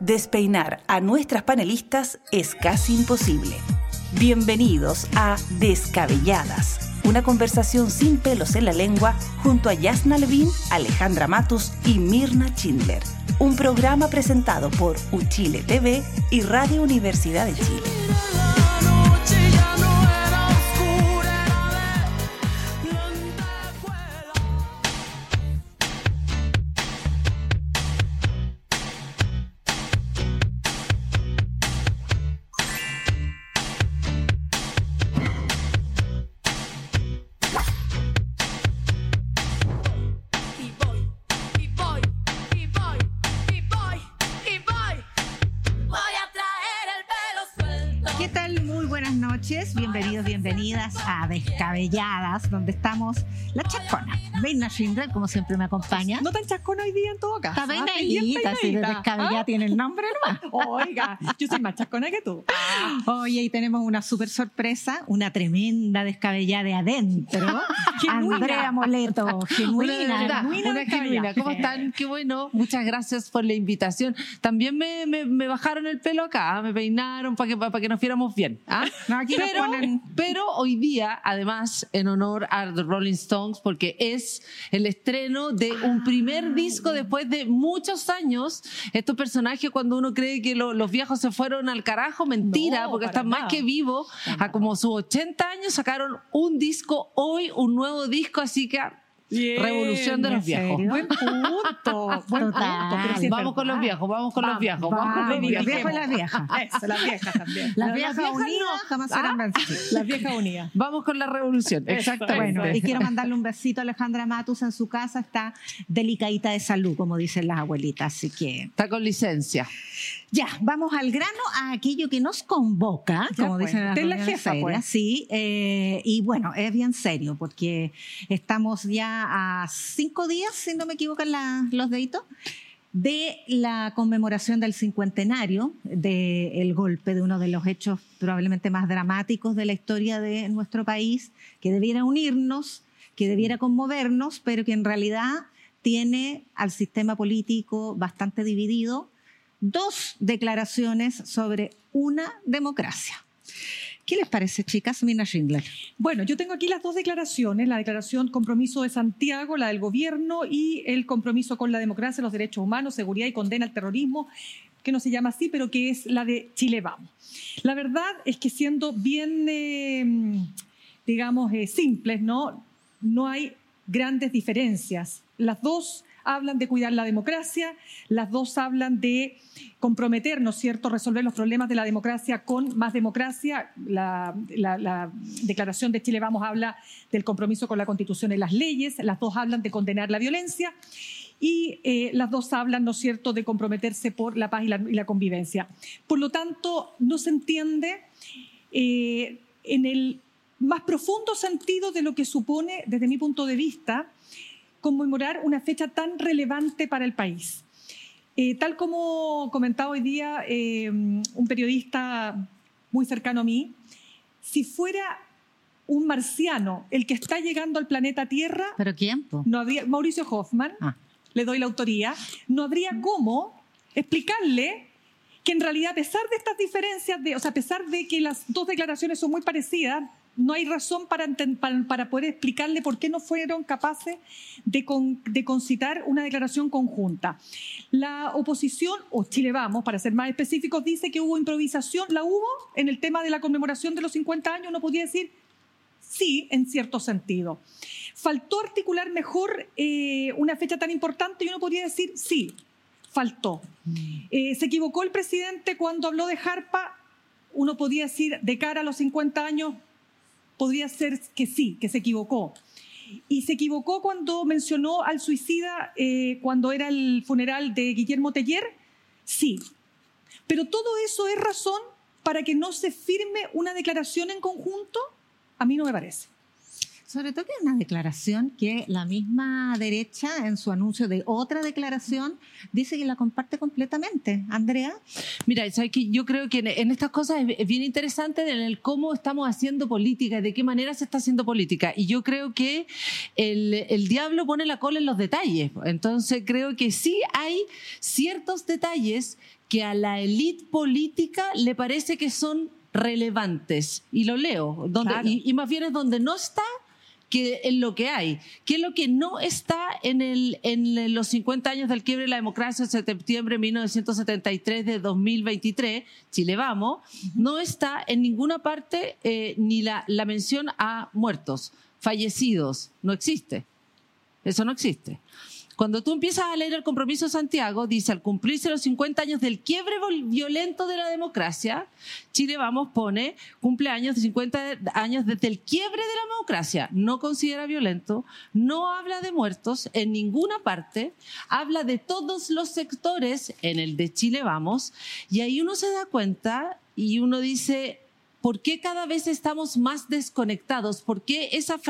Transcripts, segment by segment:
Despeinar a nuestras panelistas es casi imposible. Bienvenidos a Descabelladas, una conversación sin pelos en la lengua junto a Yasna Levin, Alejandra Matus y Mirna Schindler. Un programa presentado por Uchile TV y Radio Universidad de Chile. Bienvenidas a Descabelladas, donde estamos la chascona. Mirna Schindler, como siempre me acompaña. No tan chascona hoy día en todo caso. Está peinadita, así de descabellada tiene el nombre nomás. Oiga, yo soy más chascona que tú. Oye, y tenemos una súper sorpresa, una tremenda descabellada de adentro. Andrea Moleto, genuina. Una genuina. ¿Cómo están? Qué bueno. Muchas gracias por la invitación. También me bajaron el pelo acá, me peinaron para que nos viéramos bien. No, aquí pero hoy día, además, en honor a The Rolling Stones, porque es el estreno de un primer disco después de muchos años. Estos personajes, cuando uno cree que los viejos se fueron al carajo, mentira, porque están más que vivos. A como sus 80 años sacaron un disco hoy, un nuevo disco, así que... Bien, revolución de los viejos. Buen punto. Vamos con los viejos. Los viejos y las viejas. Eso, las viejas también. Las viejas unidas jamás serán vencidas. Las viejas unidas. Vamos con la revolución. Exactamente. Bueno, y quiero mandarle un besito a Alejandra Matus en su casa. Está delicadita de salud, como dicen las abuelitas, así que... Está con licencia. Ya, vamos al grano, a aquello que nos convoca, ya, como dicen las la jefa, serias, sí, y bueno, es bien serio, porque estamos ya a 5 días, si no me equivocan los deditos, de la conmemoración del cincuentenario del golpe, de uno de los hechos probablemente más dramáticos de la historia de nuestro país, que debiera unirnos, que debiera conmovernos, pero que en realidad tiene al sistema político bastante dividido. 2 declaraciones sobre una democracia. ¿Qué les parece, chicas? Mirna Schindler. Bueno, yo tengo aquí las 2 declaraciones, la declaración Compromiso de Santiago, la del gobierno, y el compromiso con la democracia, los derechos humanos, seguridad y condena al terrorismo, que no se llama así, pero que es la de Chile Vamos. La verdad es que siendo bien, simples, no hay grandes diferencias. Las 2 hablan de cuidar la democracia, las 2 hablan de comprometernos, ¿cierto?, resolver los problemas de la democracia con más democracia. La declaración de Chile Vamos habla del compromiso con la Constitución y las leyes, las 2 hablan de condenar la violencia y las 2 hablan, ¿no es cierto?, de comprometerse por la paz y la convivencia. Por lo tanto, no se entiende en el más profundo sentido de lo que supone, desde mi punto de vista, conmemorar una fecha tan relevante para el país. Tal como comentaba hoy día un periodista muy cercano a mí, si fuera un marciano el que está llegando al planeta Tierra... ¿Pero quién? No habría, Mauricio Hoffman, le doy la autoría, no habría cómo explicarle que en realidad, a pesar de estas diferencias, a pesar de que las 2 declaraciones son muy parecidas, no hay razón para poder explicarle por qué no fueron capaces de concitar una declaración conjunta. La oposición, o Chile Vamos, para ser más específicos, dice que hubo improvisación. La hubo en el tema de la conmemoración de los 50 años, uno podría decir sí, en cierto sentido. Faltó articular mejor una fecha tan importante y uno podría decir sí, faltó. Se equivocó el presidente cuando habló de Jarpa, uno podría decir de cara a los 50 años, podría ser que sí, que se equivocó. Y se equivocó cuando mencionó al suicida cuando era el funeral de Guillermo Teller, sí. Pero todo eso es razón para que no se firme una declaración en conjunto, a mí no me parece. Sobre todo que es una declaración que la misma derecha, en su anuncio de otra declaración, dice que la comparte completamente. Andrea. Mira, ¿sabes qué? Yo creo que en estas cosas es bien interesante en el cómo estamos haciendo política y de qué manera se está haciendo política. Y yo creo que el diablo pone la cola en los detalles. Entonces creo que sí hay ciertos detalles que a la élite política le parece que son relevantes. Y lo leo. Claro. Y más bien es donde no está que en lo que hay. ¿Qué es lo que no está en los 50 años del quiebre de la democracia, septiembre de 1973 de 2023, Chile Vamos? No está en ninguna parte ni la mención a muertos, fallecidos. No existe. Eso no existe. Cuando tú empiezas a leer el Compromiso de Santiago, dice, al cumplirse los 50 años del quiebre violento de la democracia, Chile Vamos pone cumpleaños de 50 años desde el quiebre de la democracia. No considera violento, no habla de muertos en ninguna parte, habla de todos los sectores en el de Chile Vamos, y ahí uno se da cuenta y uno dice, ¿por qué cada vez estamos más desconectados? ¿Por qué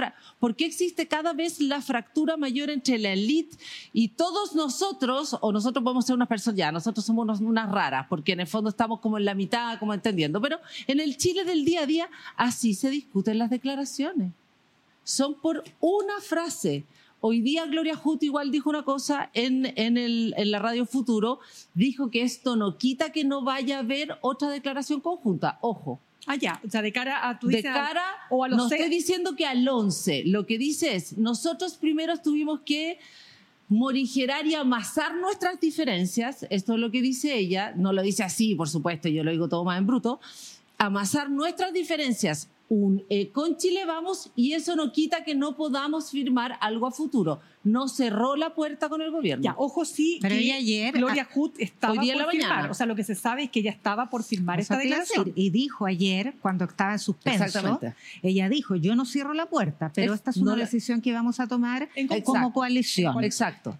existe cada vez la fractura mayor entre la élite y todos nosotros? O nosotros podemos ser unas personas, ya, nosotros somos unas raras, porque en el fondo estamos como en la mitad, como entendiendo. Pero en el Chile del día a día, así se discuten las declaraciones. Son por una frase. Hoy día Gloria Hutt igual dijo una cosa en la Radio Futuro, dijo que esto no quita que no vaya a haber otra declaración conjunta. Ojo. Ah, ya. O sea, de cara a... O a los no estoy diciendo que al 11. Lo que dice es, nosotros primero tuvimos que morigerar y amasar nuestras diferencias. Esto es lo que dice ella. No lo dice así, por supuesto, yo lo digo todo más en bruto. Amasar nuestras diferencias con Chile Vamos, y eso no quita que no podamos firmar algo a futuro. No cerró la puerta con el gobierno. Ya, ojo, sí, pero que ayer, Gloria Hutt estaba hoy día por en la firmar. mañana. O sea, lo que se sabe es que ella estaba por firmar esta declaración. Y dijo ayer, cuando estaba en suspenso, ella dijo, yo no cierro la puerta, pero esta es una decisión que vamos a tomar como coalición. Exacto.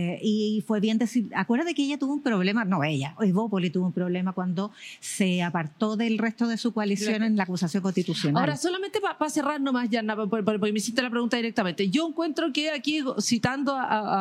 Y fue bien decir, acuérdate que ella tuvo un problema, no ella, Evópoli tuvo un problema cuando se apartó del resto de su coalición en la acusación constitucional. Ahora, solamente para cerrar nomás, Yana, porque me hiciste la pregunta directamente. Yo encuentro que aquí, citando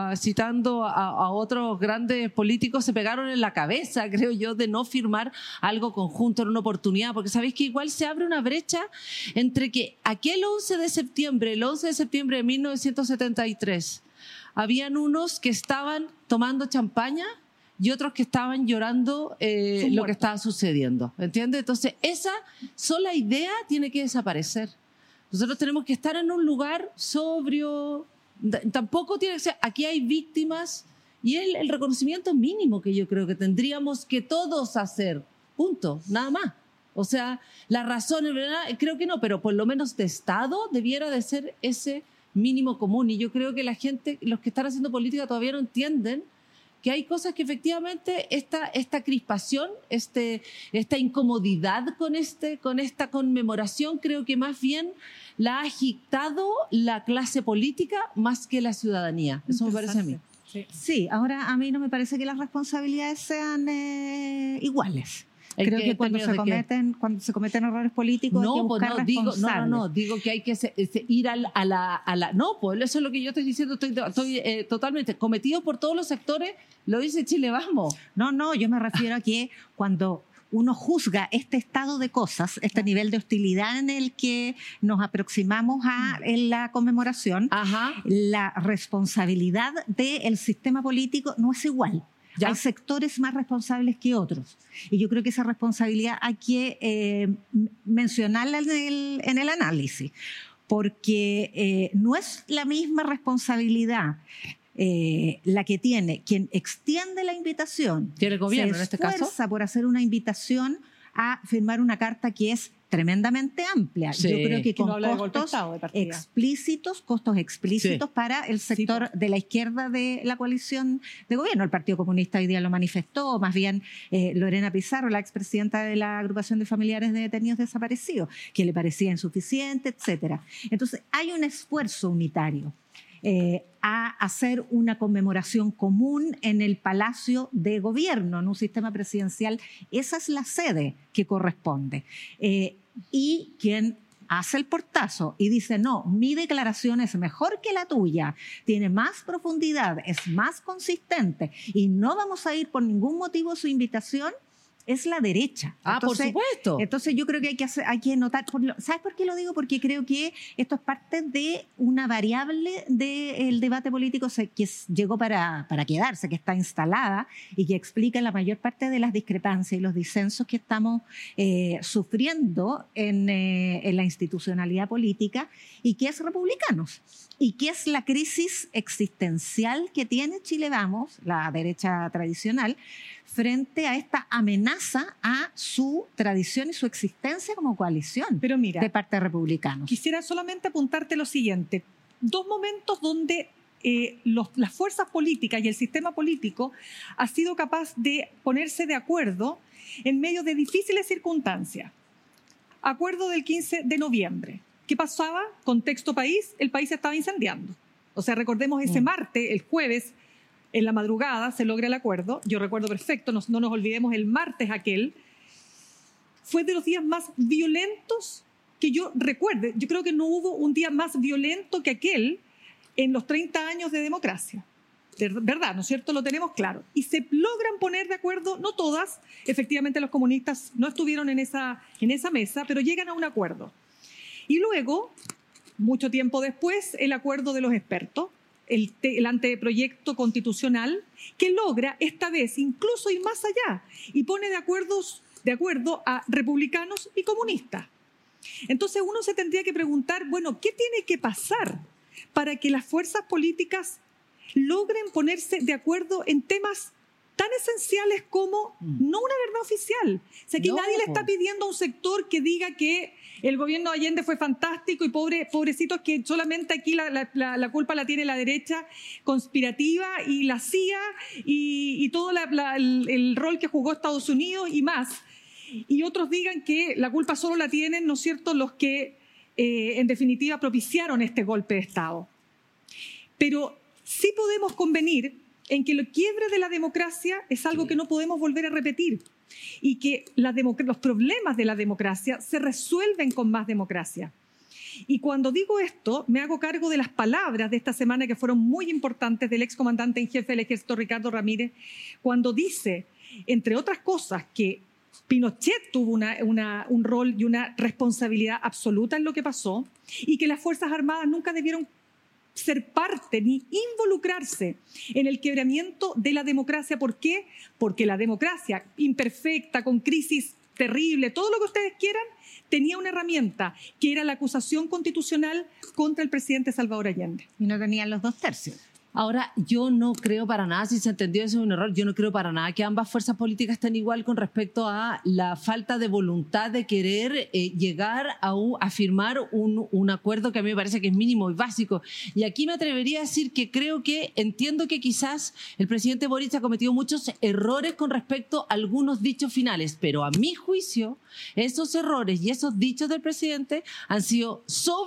a otros grandes políticos, se pegaron en la cabeza, creo yo, de no firmar algo conjunto en una oportunidad, porque sabéis que igual se abre una brecha entre que aquel 11 de septiembre, el 11 de septiembre de 1973, habían unos que estaban tomando champaña y otros que estaban llorando lo que estaba sucediendo, ¿entiendes? Entonces, esa sola idea tiene que desaparecer. Nosotros tenemos que estar en un lugar sobrio. Tampoco tiene que ser, aquí hay víctimas y es el reconocimiento mínimo que yo creo que tendríamos que todos hacer, punto, nada más. O sea, las razones, ¿verdad? Creo que no, pero por lo menos de Estado debiera de ser ese mínimo común, y yo creo que la gente, los que están haciendo política todavía no entienden que hay cosas que efectivamente esta crispación, esta incomodidad con esta conmemoración, creo que más bien la ha agitado la clase política más que la ciudadanía. Eso me parece a mí. Sí, ahora a mí no me parece que las responsabilidades sean iguales. Creo que cuando se cometen errores políticos hay que buscar responsables. Digo que hay que ir a la... No, pues eso es lo que yo estoy diciendo, estoy totalmente cometido por todos los sectores, lo dice Chile Vamos. No, yo me refiero a que cuando uno juzga este estado de cosas, este nivel de hostilidad en el que nos aproximamos en la conmemoración, la responsabilidad del sistema político no es igual. ¿Ya? Hay sectores más responsables que otros. Y yo creo que esa responsabilidad hay que mencionarla en el análisis, porque no es la misma responsabilidad la que tiene quien extiende la invitación, tiene el gobierno, se en este caso, se esfuerza por hacer una invitación a firmar una carta que es tremendamente amplia. Sí. Yo creo que con costos explícitos para el sector de la izquierda de la coalición de gobierno. El Partido Comunista hoy día lo manifestó, más bien Lorena Pizarro, la expresidenta de la agrupación de familiares de detenidos desaparecidos, que le parecía insuficiente, etcétera. Entonces, hay un esfuerzo unitario a hacer una conmemoración común en el Palacio de Gobierno, en un sistema presidencial. Esa es la sede que corresponde. Y quien hace el portazo y dice, no, mi declaración es mejor que la tuya, tiene más profundidad, es más consistente y no vamos a ir por ningún motivo su invitación, es la derecha. Entonces, por supuesto. Entonces yo creo que hay que notar, ¿sabes por qué lo digo? Porque creo que esto es parte de una variable del debate político que llegó para quedarse, que está instalada y que explica la mayor parte de las discrepancias y los disensos que estamos sufriendo en la institucionalidad política y que es republicanos. Y que es la crisis existencial que tiene Chile Vamos, la derecha tradicional, frente a esta amenaza a su tradición y su existencia como coalición. Pero mira, de parte de republicanos. Quisiera solamente apuntarte lo siguiente. 2 momentos donde las fuerzas políticas y el sistema político ha sido capaz de ponerse de acuerdo en medio de difíciles circunstancias. Acuerdo del 15 de noviembre. ¿Qué pasaba? Contexto país, el país se estaba incendiando. O sea, recordemos ese martes, el jueves, en la madrugada se logra el acuerdo. Yo recuerdo perfecto, no nos olvidemos el martes aquel. Fue de los días más violentos que yo recuerde. Yo creo que no hubo un día más violento que aquel en los 30 años de democracia. De verdad, ¿no es cierto? Lo tenemos claro. Y se logran poner de acuerdo, no todas, efectivamente los comunistas no estuvieron en esa mesa, pero llegan a un acuerdo. Y luego, mucho tiempo después, el acuerdo de los expertos, el anteproyecto constitucional, que logra esta vez incluso ir más allá y pone de acuerdo a republicanos y comunistas. Entonces uno se tendría que preguntar, bueno, ¿qué tiene que pasar para que las fuerzas políticas logren ponerse de acuerdo en temas tan esenciales como no una verdad oficial? O sea, aquí nadie le está pidiendo a un sector que diga que el gobierno de Allende fue fantástico y pobrecitos que solamente aquí la culpa la tiene la derecha conspirativa y la CIA y todo el rol que jugó Estados Unidos y más. Y otros digan que la culpa solo la tienen, ¿no es cierto?, los que en definitiva propiciaron este golpe de Estado. Pero sí podemos convenir en que el quiebre de la democracia es algo que no podemos volver a repetir y que los problemas de la democracia se resuelven con más democracia. Y cuando digo esto, me hago cargo de las palabras de esta semana que fueron muy importantes del excomandante en jefe del ejército Ricardo Ramírez, cuando dice, entre otras cosas, que Pinochet tuvo un rol y una responsabilidad absoluta en lo que pasó y que las Fuerzas Armadas nunca debieron ser parte ni involucrarse en el quebramiento de la democracia. ¿Por qué? Porque la democracia imperfecta, con crisis terrible, todo lo que ustedes quieran, tenía una herramienta que era la acusación constitucional contra el presidente Salvador Allende. Y no tenían los 2/3. Ahora, yo no creo para nada, si se entendió eso es un error, yo no creo para nada que ambas fuerzas políticas estén igual con respecto a la falta de voluntad de querer llegar a firmar un acuerdo que a mí me parece que es mínimo y básico. Y aquí me atrevería a decir que entiendo que quizás el presidente Boric ha cometido muchos errores con respecto a algunos dichos finales, pero a mi juicio, esos errores y esos dichos del presidente han sido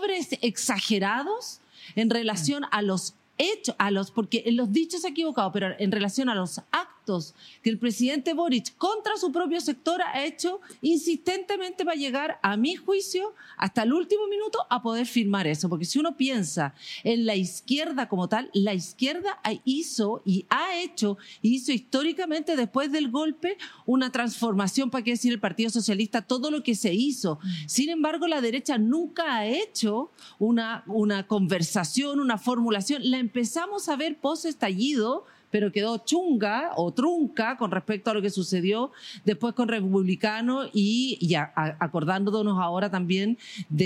exagerados en relación a los hechos, porque en los dichos se ha equivocado, pero en relación a los actos que el presidente Boric contra su propio sector ha hecho insistentemente para llegar, a mi juicio, hasta el último minuto a poder firmar eso. Porque si uno piensa en la izquierda como tal, la izquierda hizo históricamente después del golpe una transformación, para qué decir el Partido Socialista, todo lo que se hizo. Sin embargo, la derecha nunca ha hecho una conversación, una formulación. La empezamos a ver post-estallido, pero quedó chunga o trunca con respecto a lo que sucedió después con republicanos y acordándonos ahora también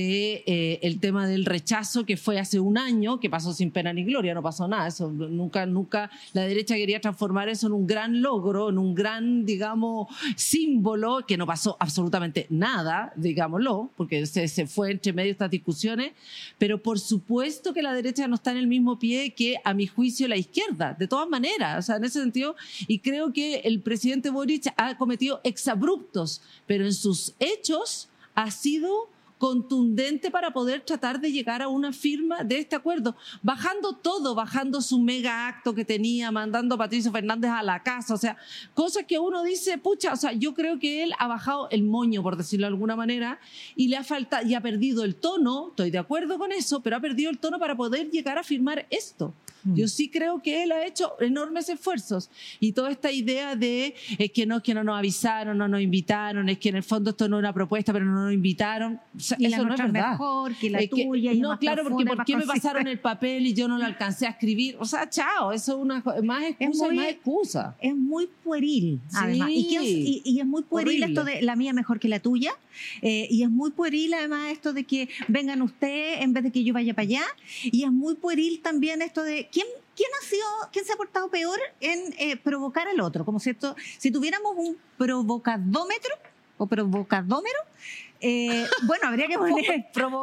de el tema del rechazo que fue hace un año, que pasó sin pena ni gloria, no pasó nada. Eso nunca la derecha quería transformar eso en un gran logro, en un gran, digamos, símbolo, que no pasó absolutamente nada, digámoslo, porque se fue entre medio de estas discusiones, pero por supuesto que la derecha no está en el mismo pie que, a mi juicio, la izquierda, de todas maneras. O sea, en ese sentido, y creo que el presidente Boric ha cometido exabruptos, pero en sus hechos ha sido contundente para poder tratar de llegar a una firma de este acuerdo, bajando todo, bajando su mega acto que tenía, mandando a Patricio Fernández a la casa, o sea, cosas que uno dice, pucha, o sea, yo creo que él ha bajado el moño, por decirlo de alguna manera, y le ha faltado, y ha perdido el tono, estoy de acuerdo con eso, pero ha perdido el tono para poder llegar a firmar esto. Yo sí creo que él ha hecho enormes esfuerzos, y toda esta idea de es que no nos avisaron, no nos invitaron, es que en el fondo esto no es una propuesta, pero no nos invitaron, o sea, y eso no es verdad. Mejor que la tuya. No, claro, porque ¿por qué me pasaron el papel y yo no lo alcancé a escribir? O sea, chao, eso es una más excusa y más excusa. Es muy pueril, además. Sí. Y es muy pueril Horrible. Esto de la mía mejor que la tuya. Y es muy pueril, además, esto de que vengan ustedes en vez de que yo vaya para allá. Y es muy pueril también esto de quién se ha portado peor en provocar al otro. Como si tuviéramos un provocadómetro o provocadómero, bueno, habría que poner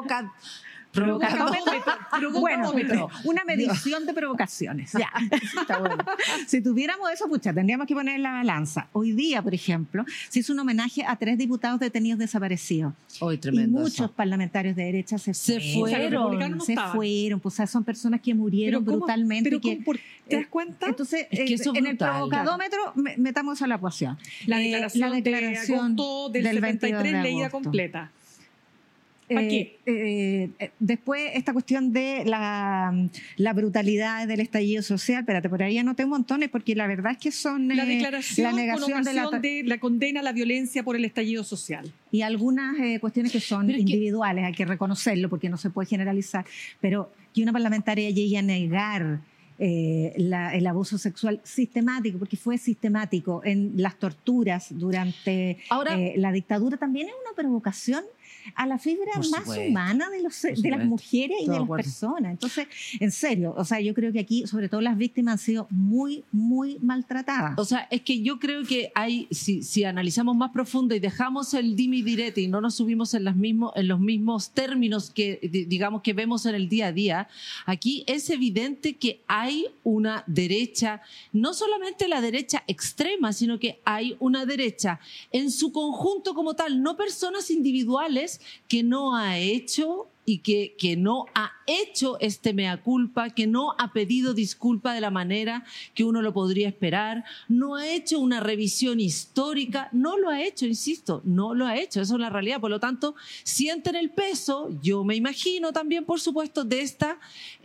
bueno, una medición de provocaciones. Ya, está bueno. Si tuviéramos eso, pucha, tendríamos que poner en la balanza. Hoy día, por ejemplo, se hizo un homenaje a 3 diputados detenidos desaparecidos. Hoy tremendo. Y muchos parlamentarios de derecha se fueron. Pues, o sea, son personas que murieron brutalmente. ¿Te das cuenta? Entonces, es que eso es en brutal, el provocadómetro metamos a la ecuación. La declaración de agosto del 73 leída completa. ¿Para qué? Después, esta cuestión de la brutalidad del estallido social. Espérate, por ahí anoté montones, porque la verdad es que son la declaración la negación de la condena a la violencia por el estallido social. Y algunas cuestiones que son individuales, hay que reconocerlo, porque no se puede generalizar. Pero que una parlamentaria llegue a negar el abuso sexual sistemático, porque fue sistemático en las torturas durante la dictadura, también es una provocación a la fibra más humana de las mujeres y de las personas. Entonces, en serio, o sea, yo creo que aquí, sobre todo las víctimas, han sido muy, muy maltratadas. O sea, es que yo creo que hay, si analizamos más profundo y dejamos el dime y direte y no nos subimos en los mismos términos que, digamos, que vemos en el día a día, aquí es evidente que hay una derecha, no solamente la derecha extrema, sino que hay una derecha en su conjunto como tal, no personas individuales, que no ha hecho y que no ha hecho este mea culpa, que no ha pedido disculpa de la manera que uno lo podría esperar, no ha hecho una revisión histórica, no lo ha hecho, insisto, no lo ha hecho, eso es la realidad. Por lo tanto, sienten el peso, yo me imagino también, por supuesto, de esta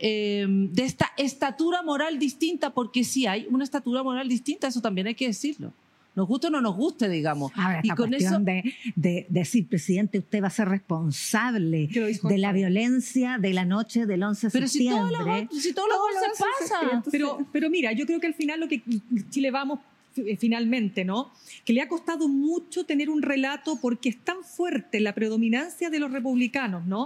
estatura moral distinta, porque sí hay una estatura moral distinta, eso también hay que decirlo. Nos guste o no nos guste, digamos. Ahora, y esta con cuestión eso de decir, presidente, usted va a ser responsable de la violencia de la noche del 11 de septiembre. Si todos los goles pasa. Pero mira, yo creo que al final lo que Chile Vamos finalmente, ¿no? Que le ha costado mucho tener un relato, porque es tan fuerte la predominancia de los republicanos, ¿no?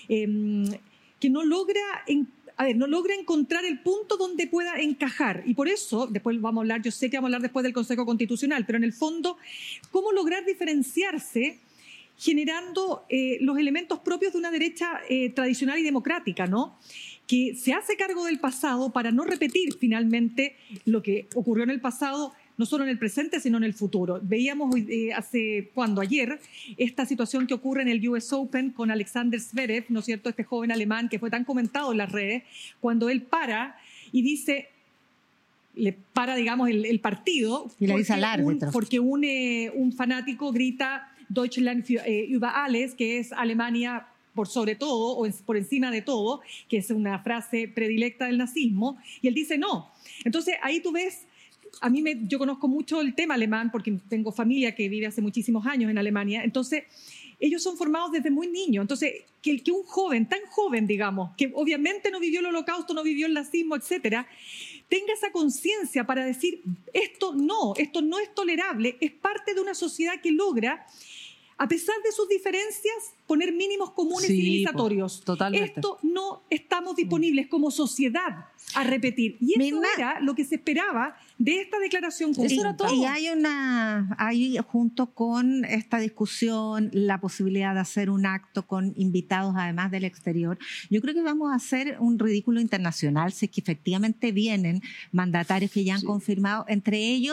Que no logra encontrar el punto donde pueda encajar. Y por eso, después vamos a hablar, yo sé que vamos a hablar después del Consejo Constitucional, pero en el fondo, ¿cómo lograr diferenciarse generando los elementos propios de una derecha tradicional y democrática, ¿no? Que se hace cargo del pasado para no repetir finalmente lo que ocurrió en el pasado, no solo en el presente, sino en el futuro. Veíamos ayer, esta situación que ocurre en el US Open con Alexander Zverev, ¿no es cierto?, este joven alemán que fue tan comentado en las redes, cuando él para y dice, le para, digamos, el partido, y le dice al árbitro, porque un fanático grita Deutschland über alles, que es Alemania por sobre todo, o por encima de todo, que es una frase predilecta del nazismo, y él dice no. Entonces ahí tú ves, yo conozco mucho el tema alemán porque tengo familia que vive hace muchísimos años en Alemania, entonces ellos son formados desde muy niños. Entonces que un joven, tan joven, digamos, que obviamente no vivió el Holocausto, no vivió el nazismo, etcétera, tenga esa conciencia para decir esto no es tolerable, es parte de una sociedad que logra, a pesar de sus diferencias, poner mínimos comunes civilizatorios. Totalmente. Esto no estamos disponibles como sociedad a repetir. Y eso era lo que se esperaba de esta declaración conjunta. Y hay junto con esta discusión la posibilidad de hacer un acto con invitados además del exterior. Yo creo que vamos a hacer un ridículo internacional si es que efectivamente vienen mandatarios que ya han confirmado, entre ellos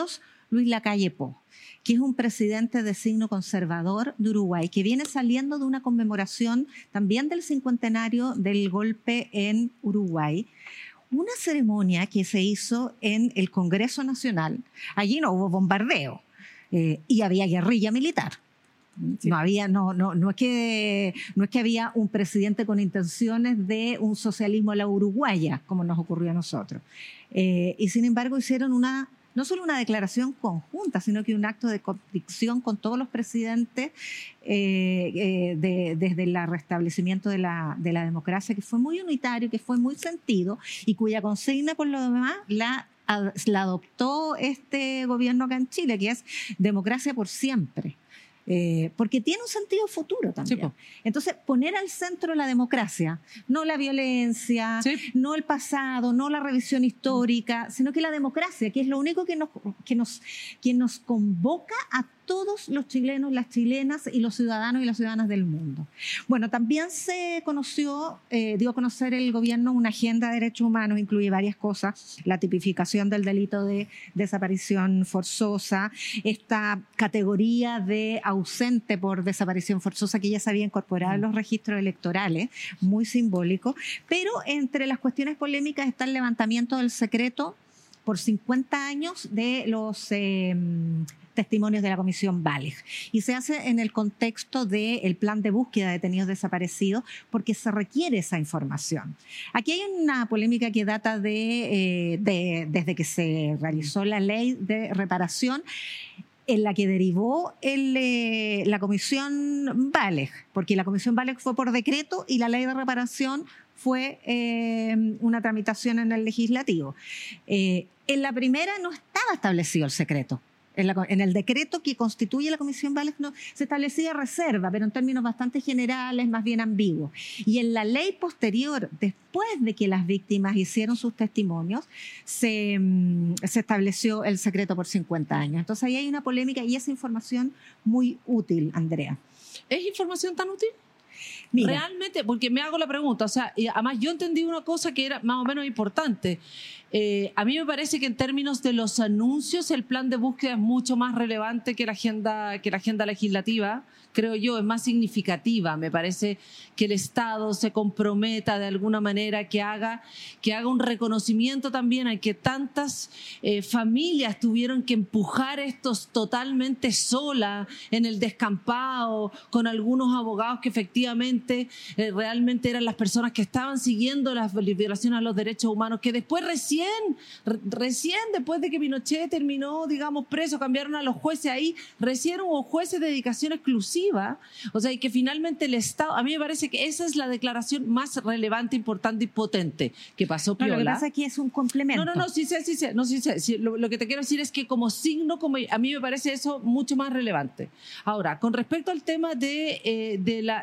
Luis Lacalle Pou, que es un presidente de signo conservador de Uruguay, que viene saliendo de una conmemoración también del cincuentenario del golpe en Uruguay. Una ceremonia que se hizo en el Congreso Nacional. Allí no hubo bombardeo y había guerrilla militar. Sí. No es que había un presidente con intenciones de un socialismo a la uruguaya, como nos ocurrió a nosotros. Y sin embargo hicieron no solo una declaración conjunta, sino que un acto de convicción con todos los presidentes desde el restablecimiento de la democracia, que fue muy unitario, que fue muy sentido y cuya consigna por lo demás la adoptó este gobierno acá en Chile, que es democracia por siempre. Porque tiene un sentido futuro también. Sí, entonces, poner al centro la democracia, no la violencia, sí, no el pasado, no la revisión histórica, sino que la democracia, que es lo único que nos convoca a todos los chilenos, las chilenas y los ciudadanos y las ciudadanas del mundo. Bueno, también se dio a conocer el gobierno una agenda de derechos humanos, incluye varias cosas, la tipificación del delito de desaparición forzosa, esta categoría de ausente por desaparición forzosa que ya se había incorporado en los registros electorales, muy simbólico, pero entre las cuestiones polémicas está el levantamiento del secreto por 50 años de los testimonios de la Comisión Valeg. Y se hace en el contexto del plan de búsqueda de detenidos desaparecidos porque se requiere esa información. Aquí hay una polémica que data desde que se realizó la ley de reparación, en la que derivó la Comisión Valeg, porque la Comisión Valeg fue por decreto y la ley de reparación fue una tramitación en el legislativo. En la primera no estaba establecido el secreto. En el decreto que constituye la Comisión Valeg no, se establecía reserva, pero en términos bastante generales, más bien ambiguos. Y en la ley posterior, después de que las víctimas hicieron sus testimonios, se estableció el secreto por 50 años. Entonces ahí hay una polémica y esa información muy útil, Andrea. ¿Es información tan útil? Mira, realmente, porque me hago la pregunta, o sea, y además yo entendí una cosa que era más o menos importante. A mí me parece que en términos de los anuncios el plan de búsqueda es mucho más relevante que la agenda legislativa, creo yo, es más significativa. Me parece que el Estado se comprometa de alguna manera, que haga un reconocimiento también a que tantas familias tuvieron que empujar estos totalmente sola en el descampado, con algunos abogados que efectivamente realmente eran las personas que estaban siguiendo las violaciones a los derechos humanos, que después recién después de que Pinochet terminó, digamos, preso, cambiaron a los jueces ahí, recién hubo jueces de dedicación exclusiva, o sea, y que finalmente el Estado, a mí me parece que esa es la declaración más relevante, importante y potente que pasó piola. Lo que pasa es que es un complemento. Sí sé. Lo que te quiero decir es que como signo, a mí me parece eso mucho más relevante. Ahora, con respecto al tema de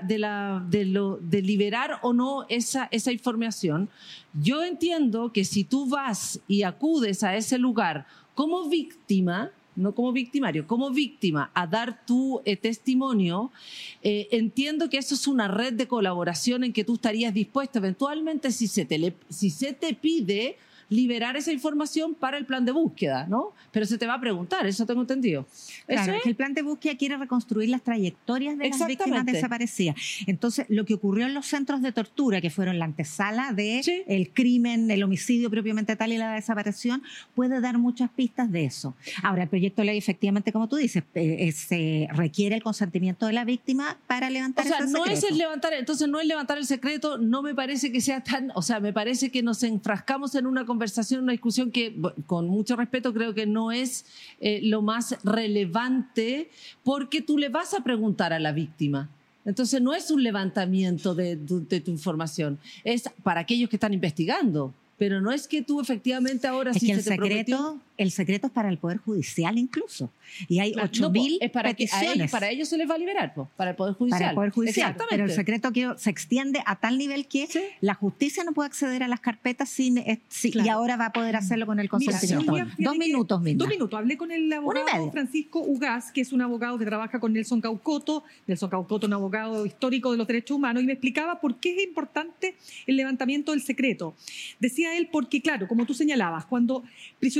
liberar o no esa información, yo entiendo que si tú vas y acudes a ese lugar como víctima, no como victimario, como víctima, a dar tu testimonio, entiendo que eso es una red de colaboración en que tú estarías dispuesto eventualmente, si se te pide, liberar esa información para el plan de búsqueda, ¿no? Pero se te va a preguntar, eso tengo entendido. Claro, es que el plan de búsqueda quiere reconstruir las trayectorias de las víctimas desaparecidas. Entonces, lo que ocurrió en los centros de tortura, que fueron la antesala del crimen, el homicidio propiamente tal y la desaparición, puede dar muchas pistas de eso. Ahora, el proyecto de ley, efectivamente, como tú dices, se requiere el consentimiento de la víctima para levantar ese secreto. Entonces no es levantar el secreto, no me parece que sea tan, o sea, me parece que nos enfrascamos en una conversación, una discusión que, con mucho respeto, creo que no es lo más relevante, porque tú le vas a preguntar a la víctima. Entonces no es un levantamiento de tu información, es para aquellos que están investigando. Pero no es que tú efectivamente ahora es sí que se te prometió. El secreto es para el Poder Judicial incluso. Y hay 8.000 peticiones. Para ellos se les va a liberar, para el Poder Judicial. Para el Poder Judicial. Pero el secreto se extiende a tal nivel que la justicia no puede acceder a las carpetas y ahora va a poder hacerlo con el consentimiento. Mira, 2 minutos, Minda. 2 minutos. Hablé con el abogado Francisco Ugaz, que es un abogado que trabaja con Nelson Caucoto. Nelson Caucoto, un abogado histórico de los derechos humanos, y me explicaba por qué es importante el levantamiento del secreto. Decía él porque, claro, como tú señalabas, cuando prisioneras y prisioneros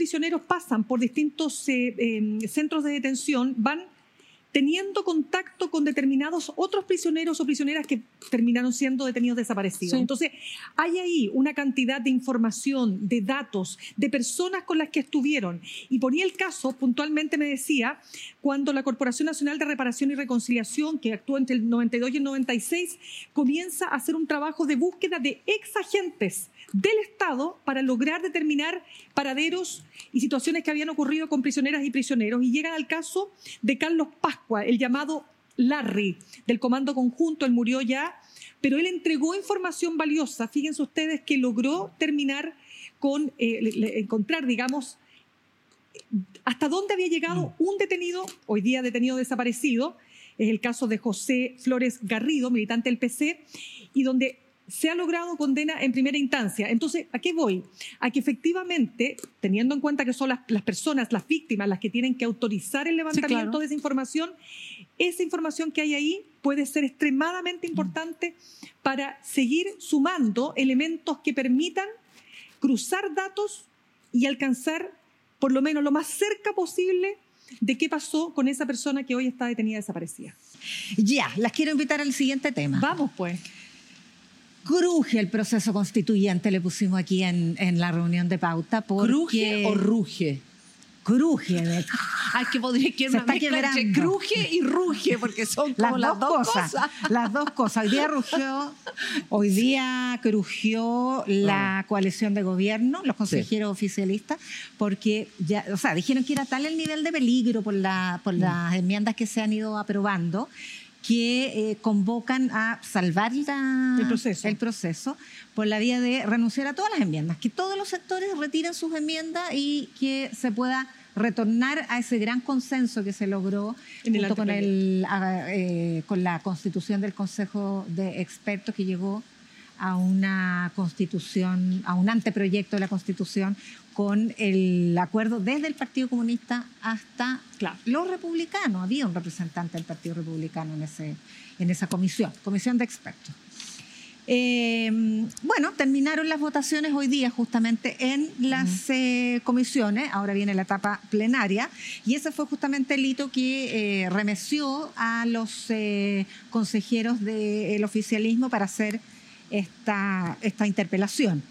prisioneros pasan por distintos centros de detención, van teniendo contacto con determinados otros prisioneros o prisioneras que terminaron siendo detenidos desaparecidos. Sí. Entonces, hay ahí una cantidad de información, de datos, de personas con las que estuvieron. Y ponía el caso, puntualmente me decía, cuando la Corporación Nacional de Reparación y Reconciliación, que actuó entre el 92 y el 96, comienza a hacer un trabajo de búsqueda de exagentes del Estado para lograr determinar paraderos y situaciones que habían ocurrido con prisioneras y prisioneros, y llegan al caso de Carlos Pascua, el llamado Larry, del Comando Conjunto. Él murió ya, pero él entregó información valiosa. Fíjense ustedes que logró terminar con encontrar, digamos, hasta dónde había llegado un detenido, hoy día detenido desaparecido. Es el caso de José Flores Garrido, militante del PC, y donde se ha logrado condena en primera instancia. Entonces, ¿a qué voy? A que efectivamente, teniendo en cuenta que son las personas, las víctimas, las que tienen que autorizar el levantamiento de esa información que hay ahí puede ser extremadamente importante para seguir sumando elementos que permitan cruzar datos y alcanzar por lo menos lo más cerca posible de qué pasó con esa persona que hoy está detenida desaparecida. Ya, las quiero invitar al siguiente tema. Vamos, pues. Cruje el proceso constituyente, le pusimos aquí en la reunión de pauta. ¿Cruje o ruge? Cruje. Ay, que podría que una mezcla entre cruje y ruge, porque son como las dos cosas. Las dos cosas. Hoy día crujió la coalición de gobierno, los consejeros oficialistas, porque ya, o sea, dijeron que era tal el nivel de peligro por las enmiendas que se han ido aprobando, que convocan a salvar el proceso por la vía de renunciar a todas las enmiendas, que todos los sectores retiren sus enmiendas y que se pueda retornar a ese gran consenso que se logró junto con la constitución del Consejo de Expertos, que llegó a una constitución, a un anteproyecto de la Constitución, con el acuerdo desde el Partido Comunista hasta los republicanos. Había un representante del Partido Republicano en esa comisión de expertos. Bueno, terminaron las votaciones hoy día justamente en las comisiones. Ahora viene la etapa plenaria, y ese fue justamente el hito que remeció a los consejeros del oficialismo para hacer esta interpelación.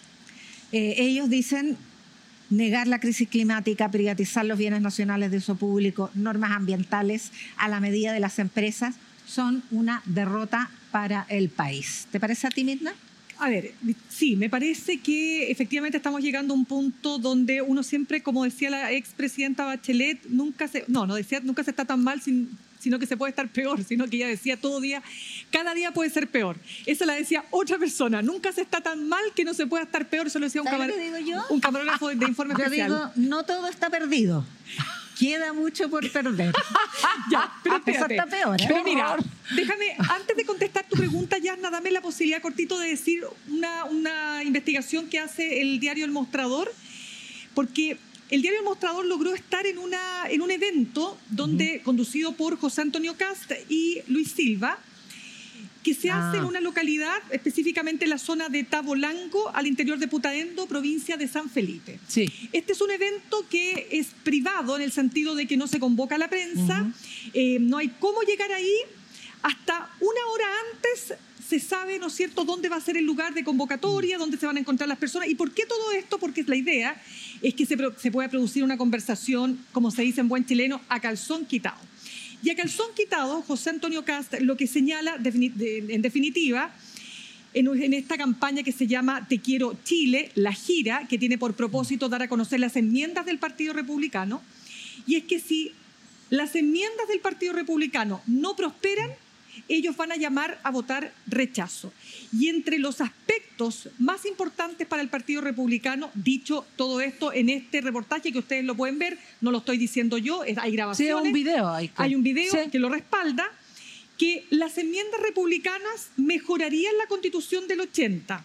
Ellos dicen: negar la crisis climática, privatizar los bienes nacionales de uso público, normas ambientales a la medida de las empresas, son una derrota para el país. ¿Te parece a ti, Mirna? A ver, sí, me parece que efectivamente estamos llegando a un punto donde uno siempre, como decía la expresidenta Bachelet, nunca se está tan mal, sino que se puede estar peor, sino que ella decía cada día puede ser peor. Eso la decía otra persona: nunca se está tan mal que no se pueda estar peor. Eso lo decía un camarógrafo de Informe Especial. Yo digo, no todo está perdido. Queda mucho por perder. Ya, pero eso está peor. Pero mira, déjame, antes de contestar tu pregunta, Yasna, dame la posibilidad cortito de decir una investigación que hace el diario El Mostrador, porque el diario El Mostrador logró estar en un evento donde, conducido por José Antonio Kast y Luis Silva, que se hace en una localidad, específicamente en la zona de Tabolango, al interior de Putaendo, provincia de San Felipe. Sí. Este es un evento que es privado en el sentido de que no se convoca a la prensa, no hay cómo llegar ahí. Hasta una hora antes se sabe, ¿no es cierto?, dónde va a ser el lugar de convocatoria, dónde se van a encontrar las personas. ¿Y por qué todo esto? Porque la idea es que se pueda producir una conversación, como se dice en buen chileno, a calzón quitado. Y a calzón quitado, José Antonio Kast lo que señala, en definitiva, en esta campaña que se llama Te Quiero Chile, la gira, que tiene por propósito dar a conocer las enmiendas del Partido Republicano, y es que si las enmiendas del Partido Republicano no prosperan, ellos van a llamar a votar rechazo. Y entre los aspectos más importantes para el Partido Republicano, dicho todo esto en este reportaje que ustedes lo pueden ver, no lo estoy diciendo yo, hay grabaciones. Sí, hay un video que lo respalda, que las enmiendas republicanas mejorarían la Constitución del 80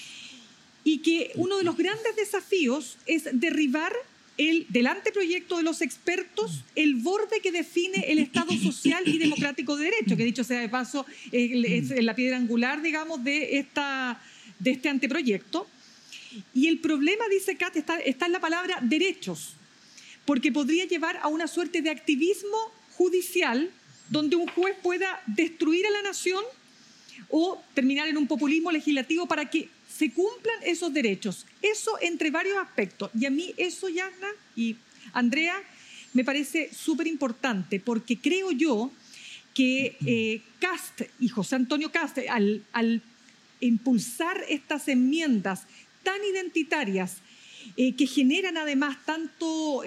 y que uno de los grandes desafíos es derribar del anteproyecto de los expertos el borde que define el Estado social y democrático de derecho, que dicho sea de paso es la piedra angular, digamos, de este anteproyecto. Y el problema, dice Kat, está en la palabra derechos, porque podría llevar a una suerte de activismo judicial donde un juez pueda destruir a la nación o terminar en un populismo legislativo para que se cumplan esos derechos. Eso entre varios aspectos. Y a mí eso, Yasna y Andrea, me parece súper importante, porque creo yo que Kast y José Antonio Kast, al impulsar estas enmiendas tan identitarias, que generan además tanto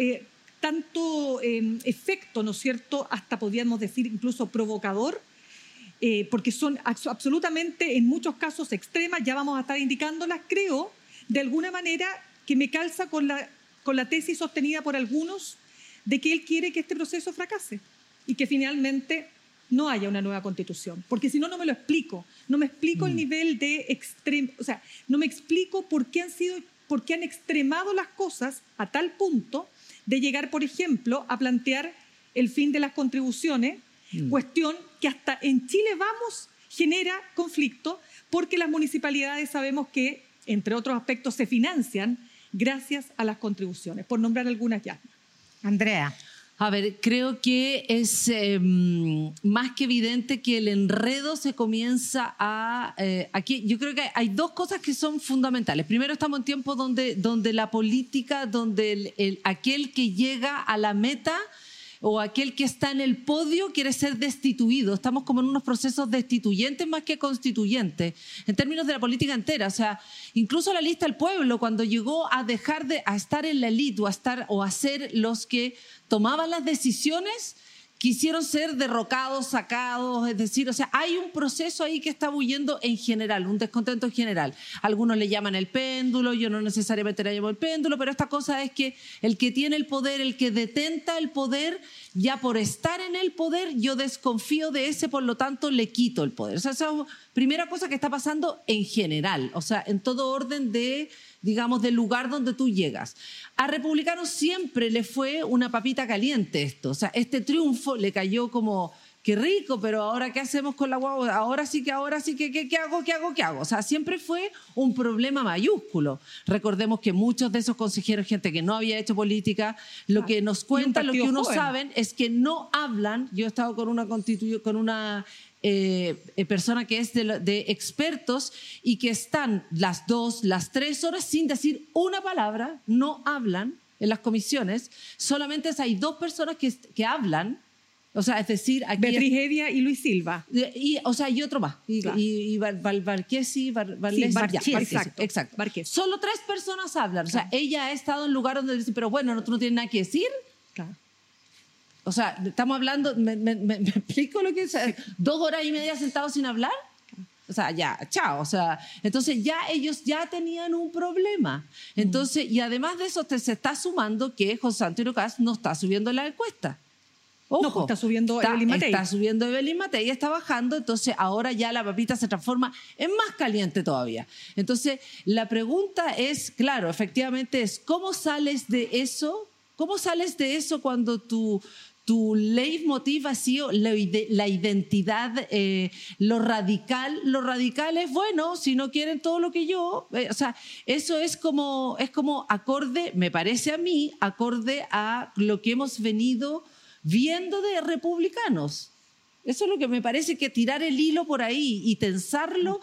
efecto, ¿no es cierto?, hasta podríamos decir incluso provocador, porque son absolutamente, en muchos casos, extremas, ya vamos a estar indicándolas, creo, de alguna manera, que me calza con la tesis sostenida por algunos de que él quiere que este proceso fracase y que finalmente no haya una nueva constitución. Porque si no, no me lo explico. No me explico el nivel de extremo, o sea, no me explico por qué han extremado las cosas a tal punto de llegar, por ejemplo, a plantear el fin de las contribuciones, cuestión que hasta en Chile Vamos genera conflicto, porque las municipalidades sabemos que, entre otros aspectos, se financian gracias a las contribuciones, por nombrar algunas ya. Andrea. A ver, creo que es más que evidente que el enredo se comienza a... aquí yo creo que hay dos cosas que son fundamentales. Primero, estamos en tiempos donde la política, donde aquel que llega a la meta o aquel que está en el podio quiere ser destituido. Estamos como en unos procesos destituyentes más que constituyentes, en términos de la política entera. O sea, incluso la lista del pueblo, cuando llegó a dejar a estar en la élite o a ser los que tomaban las decisiones, quisieron ser derrocados, sacados, es decir, o sea, hay un proceso ahí que está bulliendo en general, un descontento en general. Algunos le llaman el péndulo, yo no necesariamente le llamo el péndulo, pero esta cosa es que el que tiene el poder, el que detenta el poder, ya por estar en el poder, yo desconfío de ese, por lo tanto, le quito el poder. O sea, esa es la primera cosa que está pasando en general, o sea, en todo orden de, digamos, del lugar donde tú llegas. A republicanos siempre le fue una papita caliente esto. O sea, este triunfo le cayó como, qué rico, pero ahora ¿qué hacemos con la guagua? Ahora sí, ¿qué hago? O sea, siempre fue un problema mayúsculo. Recordemos que muchos de esos consejeros, gente que no había hecho política, lo que nos cuentan, lo que uno saben, es que no hablan. Yo he estado con una persona que es de expertos y que están las 2, las 3 horas sin decir una palabra, no hablan en las comisiones, solamente hay 2 personas que hablan, o sea, es decir, aquí Beatriz Evia y Luis Silva. Y otro más, claro. y Barquesi, exacto. Barquesi. Solo 3 personas hablan, o sea, ella ha estado en lugar donde dice, pero bueno, tú no tienes nada que decir. Claro. O sea, estamos hablando, ¿me explico lo que es? 2 horas y media sentados sin hablar. O sea, ya, chao. O sea, entonces ya ellos ya tenían un problema. Entonces, y además de eso, se está sumando que José Antonio Kast no está subiendo la encuesta. Ojo, no, pues está subiendo Evelyn Matei. Está subiendo Evelyn Matei, está bajando, entonces ahora ya la papita se transforma en más caliente todavía. Entonces, la pregunta es, claro, efectivamente es, ¿cómo sales de eso? ¿Cómo sales de eso cuando tu leitmotiv ha sido la identidad, lo radical? Lo radical es, bueno, si no quieren todo lo que yo... o sea, eso es como acorde, me parece a mí, acorde a lo que hemos venido viendo de republicanos. Eso es lo que me parece, que tirar el hilo por ahí y tensarlo,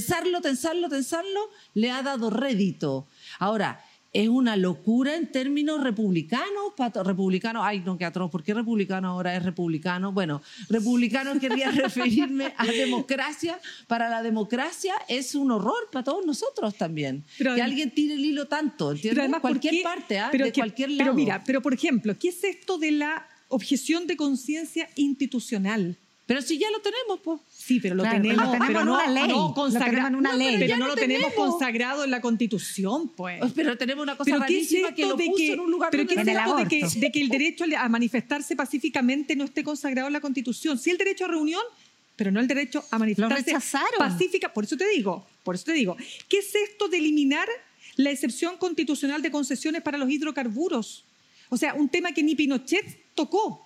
le ha dado rédito. Ahora, es una locura en términos republicanos. Republicano, ay, no, qué atroz. ¿Por qué republicano ahora es republicano? Bueno, republicano quería referirme a democracia. Para la democracia es un horror para todos nosotros también. Pero, que alguien tire el hilo tanto, ¿entiendes? Además, cualquier parte, de cualquier lado. Pero mira, por ejemplo, ¿qué es esto de la objeción de conciencia institucional? Pero si ya lo tenemos, pues. Sí, pero lo tenemos pero en una ley. No consagrado en una ley. Pero no lo tenemos consagrado en la Constitución, pues. Pero tenemos una cosa rarísima que lo puso en un lugar pero donde... ¿qué es esto de que el derecho a manifestarse pacíficamente no esté consagrado en la Constitución? Sí, el derecho a reunión, pero no el derecho a manifestarse pacífica. Por eso te digo. ¿Qué es esto de eliminar la excepción constitucional de concesiones para los hidrocarburos? O sea, un tema que ni Pinochet tocó.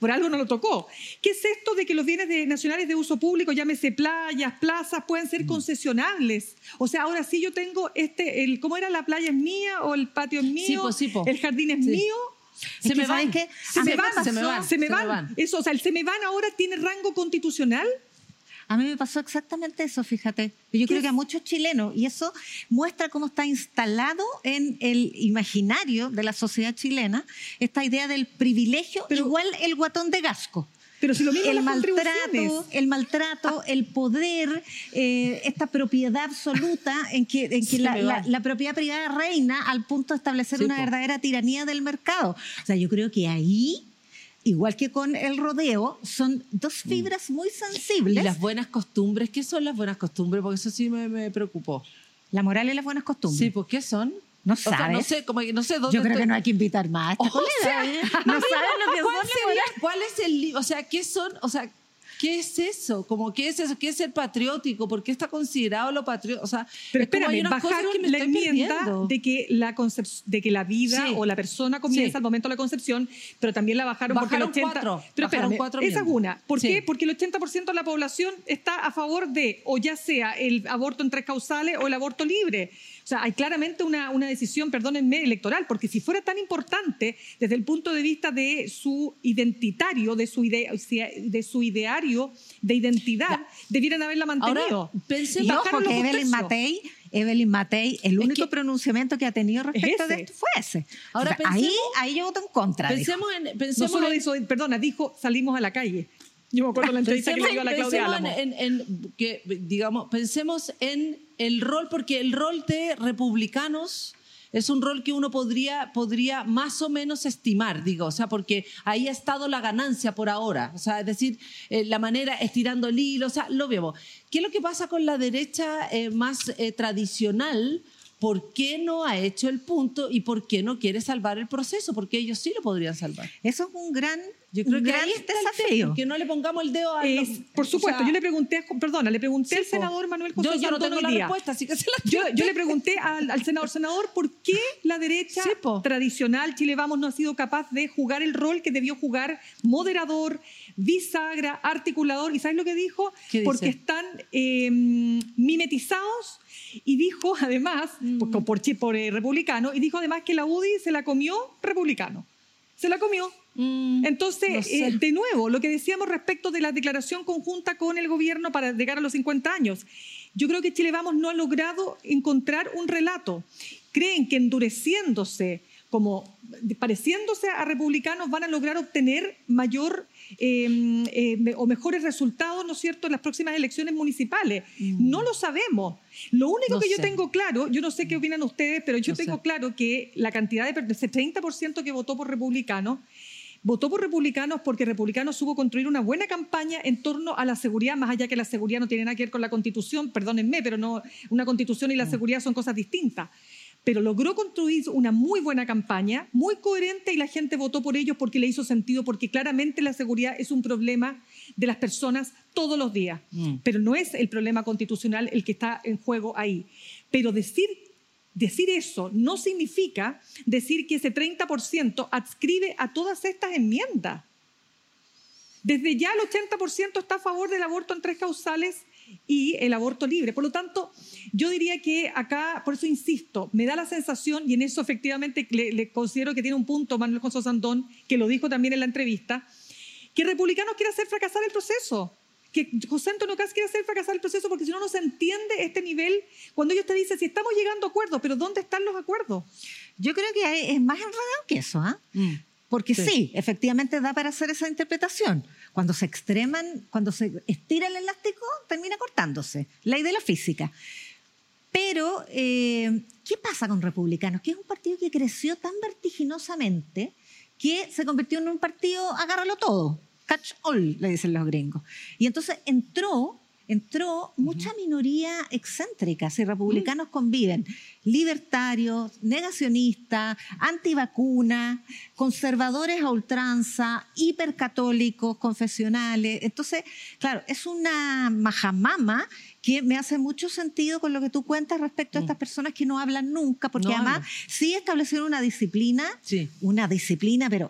por algo no lo tocó. ¿Qué es esto de que los bienes nacionales de uso público, llámese playas, plazas, pueden ser concesionables? O sea, ahora sí yo tengo ¿cómo era? ¿La playa es mía o el patio es mío? Sí, po. ¿El jardín es mío? Se me van. Se me van. Eso, o sea, el se me van ahora tiene rango constitucional. A mí me pasó exactamente eso, fíjate. Yo creo que a muchos chilenos, y eso muestra cómo está instalado en el imaginario de la sociedad chilena esta idea del privilegio, igual el guatón de Gasco. Pero si lo mismo el maltrato, el poder, esta propiedad absoluta en que la propiedad privada reina al punto de establecer una verdadera tiranía del mercado. O sea, yo creo que ahí, igual que con el rodeo, son dos fibras muy sensibles. ¿Y las buenas costumbres? ¿Qué son las buenas costumbres? Porque eso sí me preocupó. La moral y las buenas costumbres. Sí, pues ¿qué son? No sabes. O sea, no sé dónde. Yo creo que no hay que invitar más a esta colega. No sabes lo que son. ¿Cuál es el o sea, qué son? O sea, ¿qué es eso? Como, ¿qué es eso? ¿Qué es el patriótico? ¿Por qué está considerado lo patriótico? O sea, pero espérame, bajaron la enmienda de que la vida o la persona comienza al momento de la concepción, pero también la bajaron porque el 80%. Pero espérame, esa es una. ¿Por qué? Porque el 80% de la población está a favor de, o ya sea el aborto en 3 causales o el aborto libre. O sea, hay claramente una decisión, perdónenme, electoral, porque si fuera tan importante desde el punto de vista de su identitario, de su ideario de identidad, debieran haberla mantenido. Ahora, pensemos, y ojo que Evelyn Matei, el único pronunciamiento que ha tenido respecto de esto fue ese. Ahora, o sea, ahí yo voto en contra. Pensemos no solo eso, perdona, dijo salimos a la calle. Yo me acuerdo de la entrevista que le dio a la Claudia Álamo. Pensemos en el rol, porque el rol de republicanos es un rol que uno podría más o menos estimar, o sea, porque ahí ha estado la ganancia por ahora. O sea, es decir, la manera, estirando el hilo, o sea, lo vemos. ¿Qué es lo que pasa con la derecha más tradicional? ¿Por qué no ha hecho el punto y por qué no quiere salvar el proceso? Porque ellos sí lo podrían salvar. Eso es un gran desafío. Que no le pongamos el dedo a por supuesto, yo le pregunté al senador Manuel José Yo no tengo la respuesta, así que se la yo le pregunté al senador, ¿por qué la derecha tradicional, Chile Vamos, no ha sido capaz de jugar el rol que debió jugar moderador, bisagra, articulador? ¿Y sabes lo que dijo? Porque están mimetizados. Y dijo además, por republicano, y dijo además que la UDI se la comió republicano. Se la comió. Entonces, no sé. De nuevo, lo que decíamos respecto de la declaración conjunta con el gobierno para llegar a los 50 años. Yo creo que Chile Vamos no ha logrado encontrar un relato. Creen que endureciéndose, pareciéndose a republicanos, van a lograr obtener mayor o mejores resultados, ¿no es cierto?, en las próximas elecciones municipales. No lo sabemos. Lo único que yo tengo claro, yo no sé qué opinan ustedes, pero yo tengo claro que la cantidad de ese 30% que votó por republicanos porque Republicanos supo construir una buena campaña en torno a la seguridad, más allá que la seguridad no tiene nada que ver con la Constitución, perdónenme, pero no, una Constitución y la seguridad son cosas distintas. Pero logró construir una muy buena campaña, muy coherente, y la gente votó por ellos porque le hizo sentido, porque claramente la seguridad es un problema de las personas todos los días. Pero no es el problema constitucional el que está en juego ahí. Pero decir eso no significa decir que ese 30% adscribe a todas estas enmiendas. Desde ya el 80% está a favor del aborto en 3 causales y el aborto libre. Por lo tanto, yo diría que acá, por eso insisto, me da la sensación, y en eso efectivamente le considero que tiene un punto Manuel José Sandón, que lo dijo también en la entrevista, que Republicanos quiere hacer fracasar el proceso, que José Antonio Kast quiere hacer fracasar el proceso, porque si no se entiende este nivel, cuando ellos te dicen, si estamos llegando a acuerdos, pero ¿dónde están los acuerdos? Yo creo que es más enredado que eso, porque sí, efectivamente da para hacer esa interpretación. Cuando se estira el elástico, termina cortándose. Ley de la física. Pero, ¿qué pasa con Republicanos? Que es un partido que creció tan vertiginosamente que se convirtió en un partido agárralo todo. Catch all, le dicen los gringos. Y entonces entró mucha minoría excéntrica. Si republicanos conviven libertarios, negacionistas, antivacunas, conservadores a ultranza, hipercatólicos, confesionales. Entonces, claro, es una majamama que me hace mucho sentido con lo que tú cuentas respecto a estas personas que no hablan nunca, porque además sí establecieron una disciplina, pero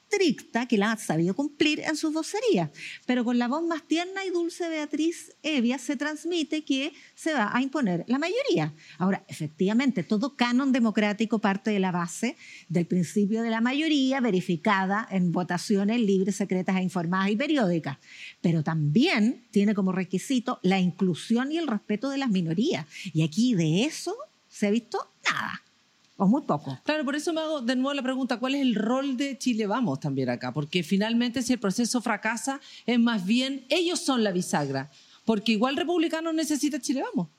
estricta que la ha sabido cumplir en sus vocerías. Pero con la voz más tierna y dulce Beatriz Hevia se transmite que se va a imponer la mayoría. Ahora, efectivamente, todo canon democrático parte de la base del principio de la mayoría verificada en votaciones libres, secretas e informadas y periódicas. Pero también tiene como requisito la inclusión y el respeto de las minorías. Y aquí de eso se ha visto nada. O muy poco. Claro, por eso me hago de nuevo la pregunta, ¿cuál es el rol de Chile Vamos también acá? Porque finalmente si el proceso fracasa, es más bien, ellos son la bisagra. Porque igual Republicanos necesita Chile Vamos.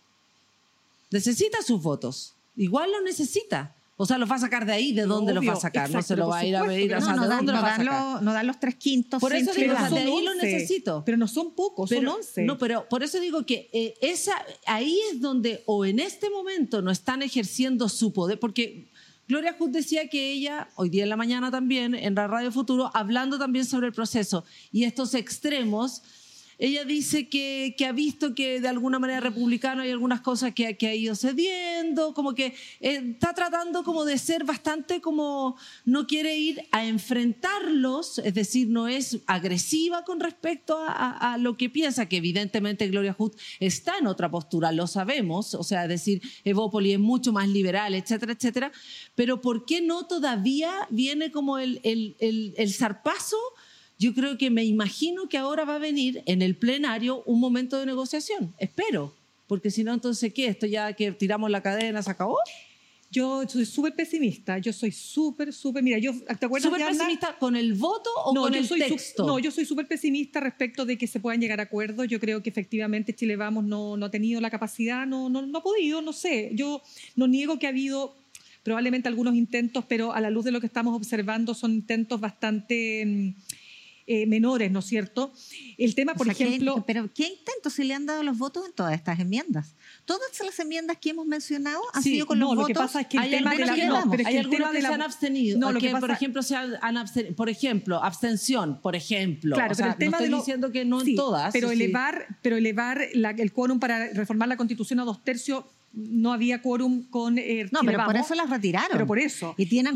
Necesita sus votos. Igual los necesita. O sea, los va a sacar de ahí, ¿de dónde los va a sacar? Exacto, no se lo va a ir a ver, o sea, ¿de dónde los va a sacar? No dan los 3/5. Por eso digo, de ahí lo 11, necesito. Pero no son pocos, Pero, son 11. No, pero por eso digo que ahí es donde, o en este momento, no están ejerciendo su poder, porque Gloria Hood decía que ella, hoy día en la mañana también, en la Radio Futuro, hablando también sobre el proceso y estos extremos, ella dice que ha visto que de alguna manera republicano hay algunas cosas que ha ido cediendo, como que está tratando como de ser bastante como, no quiere ir a enfrentarlos, es decir, no es agresiva con respecto a lo que piensa, que evidentemente Gloria Hood está en otra postura, lo sabemos, o sea, es decir, Evópoli es mucho más liberal, etcétera, etcétera, pero ¿por qué no todavía viene como el zarpazo? Yo creo que me imagino que ahora va a venir en el plenario un momento de negociación. Espero. Porque si no, entonces, ¿qué? ¿Esto ya que tiramos la cadena se acabó? Yo soy súper pesimista. Yo soy súper... Mira, ¿te acuerdas? ¿Súper pesimista con el voto o con el texto? No, yo soy súper pesimista respecto de que se puedan llegar a acuerdos. Yo creo que efectivamente Chile Vamos no ha tenido la capacidad, no ha podido, no sé. Yo no niego que ha habido probablemente algunos intentos, pero a la luz de lo que estamos observando son intentos bastante... menores, ¿no es cierto? El tema, por ejemplo... Pero ¿qué intentos se le han dado los votos en todas estas enmiendas? Todas las enmiendas que hemos mencionado han sido con los votos. Lo que pasa es que hay algunos que se han abstenido. No, lo que por ejemplo, por ejemplo, abstención, por ejemplo. Claro, o sea, pero el tema no estoy diciendo que no sí, en todas. Pero elevar el quórum para reformar la Constitución a 2/3 no había quórum con no, pero por eso las retiraron. Pero por eso. Y tienen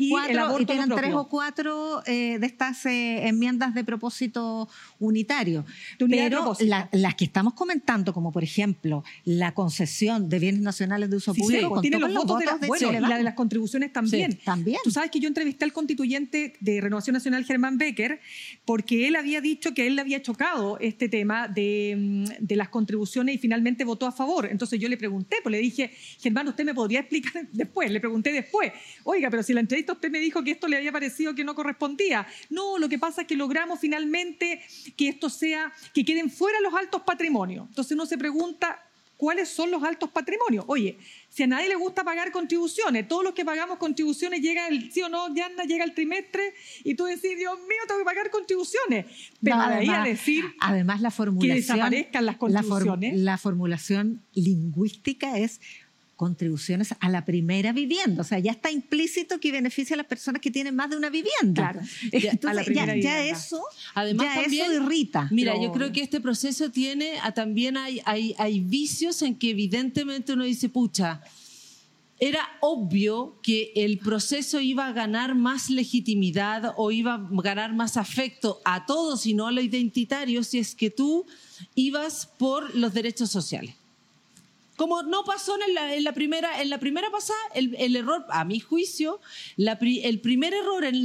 3 o 4 de estas enmiendas de propósito unitario. Pero las que estamos comentando, como por ejemplo la concesión de bienes nacionales de uso público, tiene los votos de Chile y la de las contribuciones también. Sí, también. Tú sabes que yo entrevisté al constituyente de Renovación Nacional, Germán Becker, porque él había dicho que él le había chocado este tema de las contribuciones y finalmente votó a favor. Entonces yo le pregunté, pues le dije, Germán, ¿usted me podría explicar después? Le pregunté después. Oiga, pero si en la entrevista usted me dijo que esto le había parecido que no correspondía. No, lo que pasa es que logramos finalmente que esto sea, que queden fuera los altos patrimonios. Entonces uno se pregunta, ¿cuáles son los altos patrimonios? Oye, si a nadie le gusta pagar contribuciones, todos los que pagamos contribuciones llega el, sí o no, Yanna, llega el trimestre y tú decís, Dios mío, tengo que pagar contribuciones. Pero no, de ahí a decir además la formulación, que desaparezcan las contribuciones. La formulación lingüística es contribuciones a la primera vivienda. O sea, ya está implícito que beneficia a las personas que tienen más de una vivienda. Claro. Entonces, ya eso, además, ya también, eso irrita. Mira, yo creo que este proceso tiene, también hay vicios en que evidentemente uno dice, pucha, era obvio que el proceso iba a ganar más legitimidad o iba a ganar más afecto a todos y no a lo identitario si es que tú ibas por los derechos sociales. Como no pasó en la primera pasada, el error, a mi juicio, el primer error en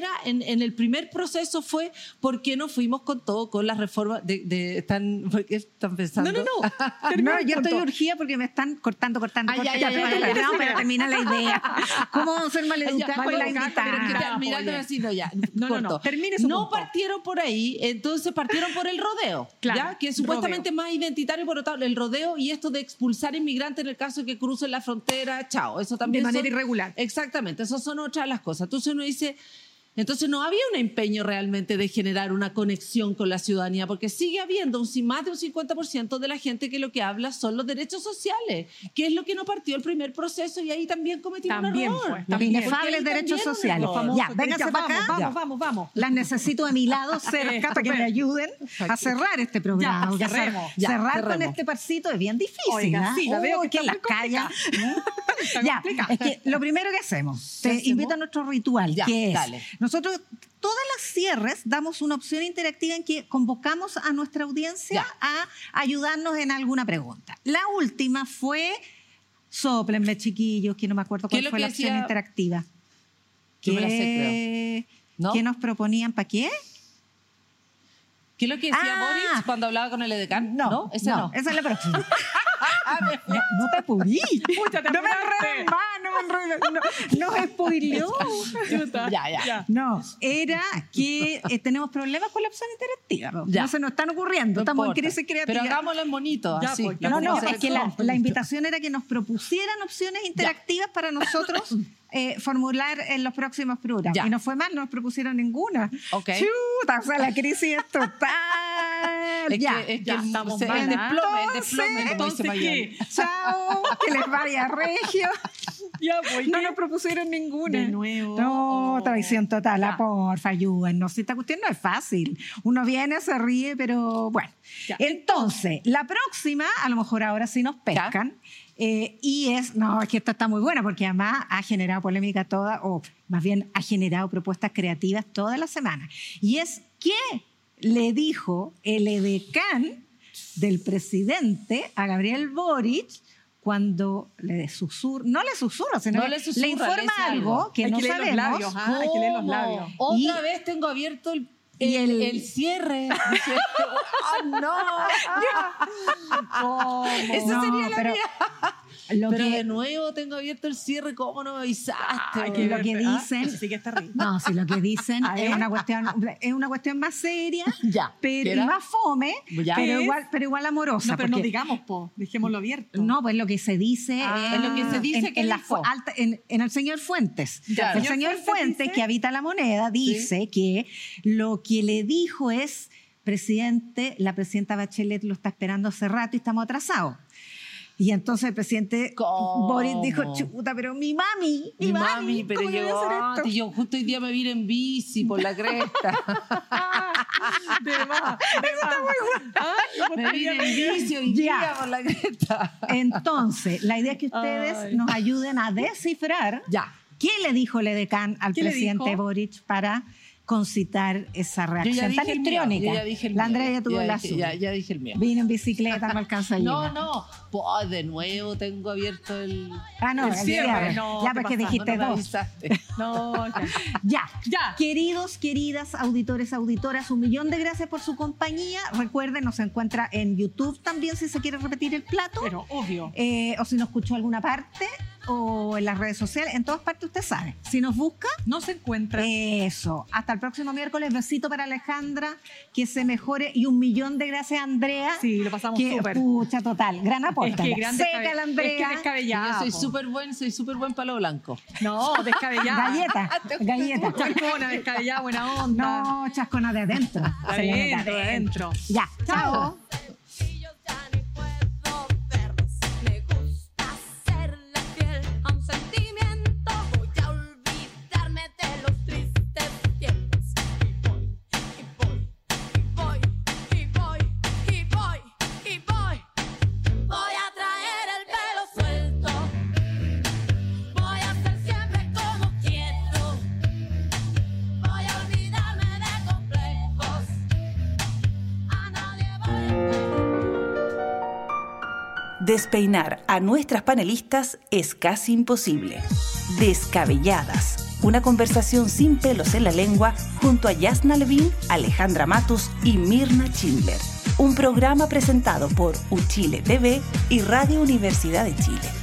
el primer proceso fue porque no fuimos con todo, con las reformas ¿por qué están pensando? No. No, yo estoy urgida porque me están cortando. Pero termina la idea. ¿Cómo vamos a ser maleducados con la invitada? Mirándome así, no. Termine su punto. Partieron por ahí, entonces partieron por el rodeo, claro, ¿ya? Que es supuestamente más identitario, por lo tanto, el rodeo y esto de expulsar inmigrantes en el caso de que crucen la frontera, chao, eso también de manera irregular. Exactamente, eso son otras de las cosas. Entonces uno dice, entonces no había un empeño realmente de generar una conexión con la ciudadanía, porque sigue habiendo más de un 50% de la gente que lo que habla son los derechos sociales, que es lo que no partió el primer proceso y ahí también cometieron un error. Los inefables derechos sociales. Ya, vénganse para acá. Vamos. Las necesito a mi lado cerca para que me ayuden a cerrar este programa. Cerremos. Cerrar con este parcito es bien difícil. Oiga, sí, la veo que en las calles. Ya, es que lo primero que hacemos, te invito a nuestro ritual, Ya, que es, dale. nosotros todas las cierres damos una opción interactiva en que convocamos a nuestra audiencia a ayudarnos en alguna pregunta. La última fue, sóplenme chiquillos, que no me acuerdo cuál fue la opción interactiva. Yo me la sé, creo. ¿No? ¿Qué nos proponían? ¿Para qué? ¿Qué es lo que decía Boris cuando hablaba con el edecán? No, ese no. esa es la próxima. No te apurís. Pucha, te No me apuraste. enredes más, no me enredes. Nos spoileó. Ya. No, era que tenemos problemas con la opción interactiva. No se nos están ocurriendo. Estamos en crisis creativa. Pero hagámoslo en bonito. Ya, así. pues, No, es que la invitación era que nos propusieran opciones interactivas para nosotros formular en los próximos programas. Ya. Y no fue mal, no nos propusieron ninguna. Ok. Chuta, o sea, la crisis es total. Es Ya. que ya estamos mal, el desplome, como Entonces, dice Mayol. ¿qué? Chao, que les vaya regio. Ya, pues, No ¿qué? nos propusieron ninguna. De nuevo. No, traición total. Ya. Porfa, ayúdennos. Si esta cuestión no es fácil. Uno viene, se ríe, pero bueno. Ya. Entonces, la próxima, a lo mejor ahora sí nos pescan. Y es que esta está muy buena porque además ha generado polémica toda, o más bien ha generado propuestas creativas toda la semana. Y es ¿qué le dijo el edecán del presidente a Gabriel Boric cuando le susurra, no le susurra, sino No le susurra, le informa le dice algo algo. que Hay no que leer los sabemos? labios, hay que leer los ¿Cómo? labios. Otra vez tengo abierto el cierre. Esa No, sería la pero mía. Lo Pero que, de nuevo tengo abierto el cierre. ¿Cómo no me avisaste? Ay, lo que dicen... Eso sí que está rico. No, si lo que dicen es una cuestión más seria, Ya. pero, ¿Qué y era? más fome, Ya. pero ¿Qué es? igual amorosa. No, pero no porque- digamos, dejémoslo abierto. No, pues lo que se dice es lo que se dice que en, dijo. en el señor Fuentes. Claro. El señor Fuentes, dice- que habita la moneda, dice que lo que le dijo es, presidente, la presidenta Bachelet lo está esperando hace rato y estamos atrasados. Y entonces el presidente ¿Cómo? Boris dijo, chuta, pero mi mami, Pero ¿cómo le voy a hacer llegó esto? y yo justo hoy día me vine en bici por la cresta. De más. Eso está muy bueno. Me vine en bici hoy Ya. día por la cresta. Entonces, la idea es que ustedes Ay. nos ayuden a descifrar Ya. qué le dijo el edecán al ¿Qué le presidente dijo? Boric para concitar esa Yo reacción ya tan dije el mío. histriónica. Yo ya dije el La mío. Andrea ya tuvo la suya. Ya dije el mío. Vino en bicicleta, no alcanza a llegar. No. Pues de nuevo tengo abierto el. Ah, no, El el cierre, cierre. no, Ya, ¿qué porque pasa? dijiste No me dos. avisaste. No, ya. Ya. Ya. Queridos, queridas auditores, auditoras, 1.000.000 de gracias por su compañía. Recuerden, nos encuentra en YouTube también si se quiere repetir el plato. Pero obvio. O si nos escuchó alguna parte, o en las redes sociales, en todas partes usted sabe. Si nos busca, No se encuentra. eso. Hasta el próximo miércoles. Besito para Alejandra, que se mejore. Y 1.000.000 de gracias, Andrea. Sí, lo pasamos que, súper. Pucha, total. Gran aporte. Es que gran Seca la Es que Andrea. descabellada. Yo soy po. súper buen palo blanco. No, descabellada. Galleta. Chascona, descabellada, buena onda. No, chascona de adentro. De Se le nota adentro, de adentro. Ya, chao. Y yo ya ni puedo verlos. Me gusta serle fiel a un sentimiento. Voy a olvidarme de los tristes tiempos. Y voy. Voy a traer el pelo suelto. Voy a ser siempre como quiero. Voy a olvidarme de complejos. A nadie voy a... Despeinar a nuestras panelistas es casi imposible. Descabelladas, una conversación sin pelos en la lengua junto a Yasna Levin, Alejandra Matus y Mirna Schindler. Un programa presentado por Uchile TV y Radio Universidad de Chile.